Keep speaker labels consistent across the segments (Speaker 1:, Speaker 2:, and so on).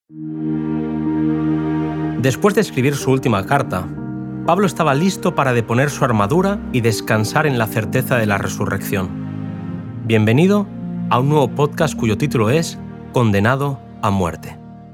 Speaker 1: Después de escribir su última carta, Pablo estaba listo para deponer su armadura y descansar en la certeza de la resurrección. Bienvenido a un nuevo podcast cuyo título es Condenado a muerte.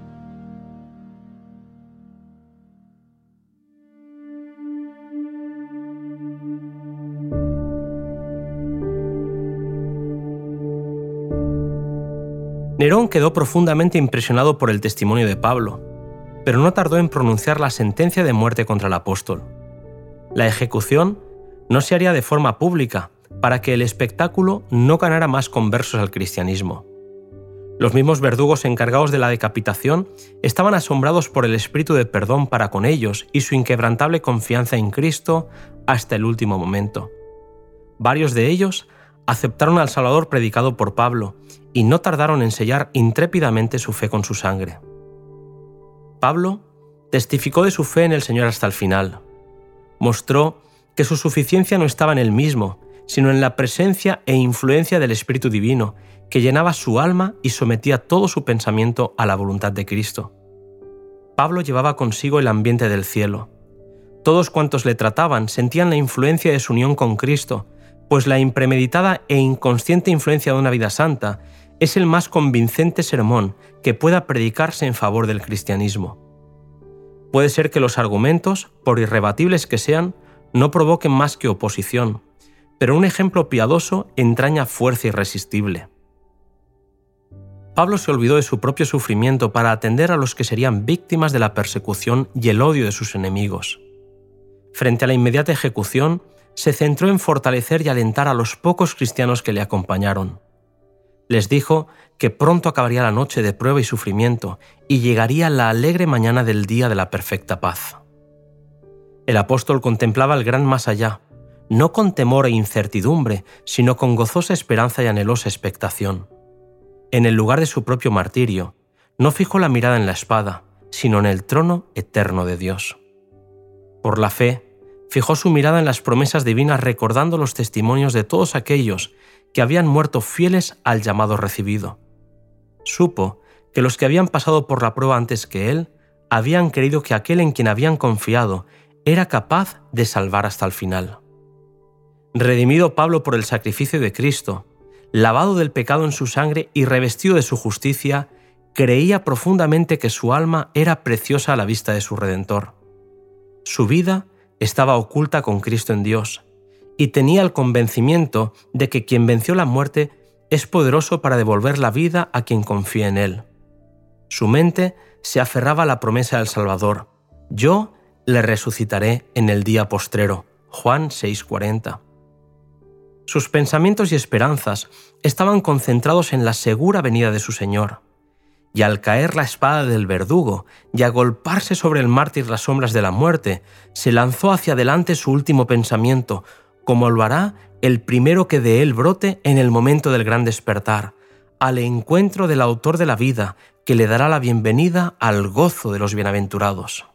Speaker 1: Nerón quedó profundamente impresionado por el testimonio de Pablo, pero no tardó en pronunciar la sentencia de muerte contra el apóstol. La ejecución no se haría de forma pública para que el espectáculo no ganara más conversos al cristianismo. Los mismos verdugos encargados de la decapitación estaban asombrados por el espíritu de perdón para con ellos y su inquebrantable confianza en Cristo hasta el último momento. Varios de ellos aceptaron al Salvador predicado por Pablo y no tardaron en sellar intrépidamente su fe con su sangre. Pablo testificó de su fe en el Señor hasta el final. Mostró que su suficiencia no estaba en él mismo, sino en la presencia e influencia del Espíritu Divino, que llenaba su alma y sometía todo su pensamiento a la voluntad de Cristo. Pablo llevaba consigo el ambiente del cielo. Todos cuantos le trataban sentían la influencia de su unión con Cristo, pues la impremeditada e inconsciente influencia de una vida santa es el más convincente sermón que pueda predicarse en favor del cristianismo. Puede ser que los argumentos, por irrebatibles que sean, no provoquen más que oposición, pero un ejemplo piadoso entraña fuerza irresistible. Pablo se olvidó de su propio sufrimiento para atender a los que serían víctimas de la persecución y el odio de sus enemigos. Frente a la inmediata ejecución, se centró en fortalecer y alentar a los pocos cristianos que le acompañaron. Les dijo que pronto acabaría la noche de prueba y sufrimiento y llegaría la alegre mañana del día de la perfecta paz. El apóstol contemplaba el gran más allá, no con temor e incertidumbre, sino con gozosa esperanza y anhelosa expectación. En el lugar de su propio martirio, no fijó la mirada en la espada, sino en el trono eterno de Dios. Por la fe, fijó su mirada en las promesas divinas recordando los testimonios de todos aquellos que habían muerto fieles al llamado recibido. Supo que los que habían pasado por la prueba antes que él habían creído que aquel en quien habían confiado era capaz de salvar hasta el final. Redimido Pablo por el sacrificio de Cristo, lavado del pecado en su sangre y revestido de su justicia, creía profundamente que su alma era preciosa a la vista de su Redentor. Su vida estaba oculta con Cristo en Dios, y tenía el convencimiento de que quien venció la muerte es poderoso para devolver la vida a quien confía en él. Su mente se aferraba a la promesa del Salvador: «Yo le resucitaré en el día postrero». Juan 6:40. Sus pensamientos y esperanzas estaban concentrados en la segura venida de su Señor. Y al caer la espada del verdugo y agolparse sobre el mártir las sombras de la muerte, se lanzó hacia adelante su último pensamiento, como lo hará el primero que de él brote en el momento del gran despertar, al encuentro del autor de la vida, que le dará la bienvenida al gozo de los bienaventurados.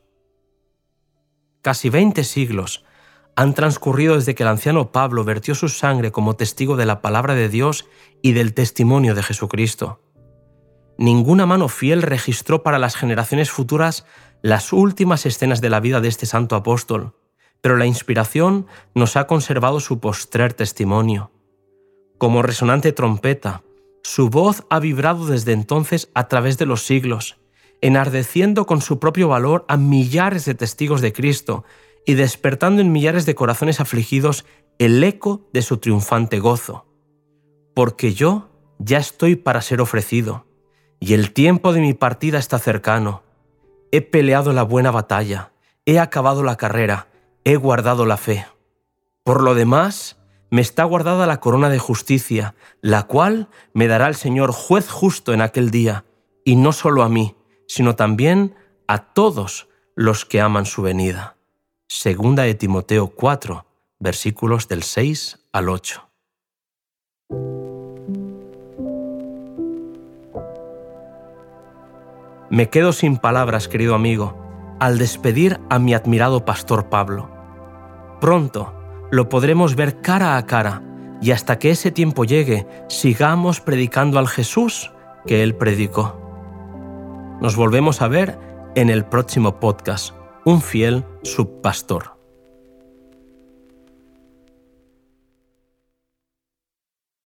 Speaker 1: Casi 20 siglos han transcurrido desde que el anciano Pablo vertió su sangre como testigo de la palabra de Dios y del testimonio de Jesucristo. Ninguna mano fiel registró para las generaciones futuras las últimas escenas de la vida de este santo apóstol, pero la inspiración nos ha conservado su postrer testimonio. Como resonante trompeta, su voz ha vibrado desde entonces a través de los siglos, enardeciendo con su propio valor a millares de testigos de Cristo y despertando en millares de corazones afligidos el eco de su triunfante gozo. Porque yo ya estoy para ser ofrecido, y el tiempo de mi partida está cercano. He peleado la buena batalla, he acabado la carrera, he guardado la fe. Por lo demás, me está guardada la corona de justicia, la cual me dará el Señor juez justo en aquel día, y no solo a mí, sino también a todos los que aman su venida. Segunda de Timoteo 4, versículos del 6 al 8. Me quedo sin palabras, querido amigo, al despedir a mi admirado pastor Pablo. Pronto lo podremos ver cara a cara y hasta que ese tiempo llegue, sigamos predicando al Jesús que él predicó. Nos volvemos a ver en el próximo podcast. Un fiel subpastor.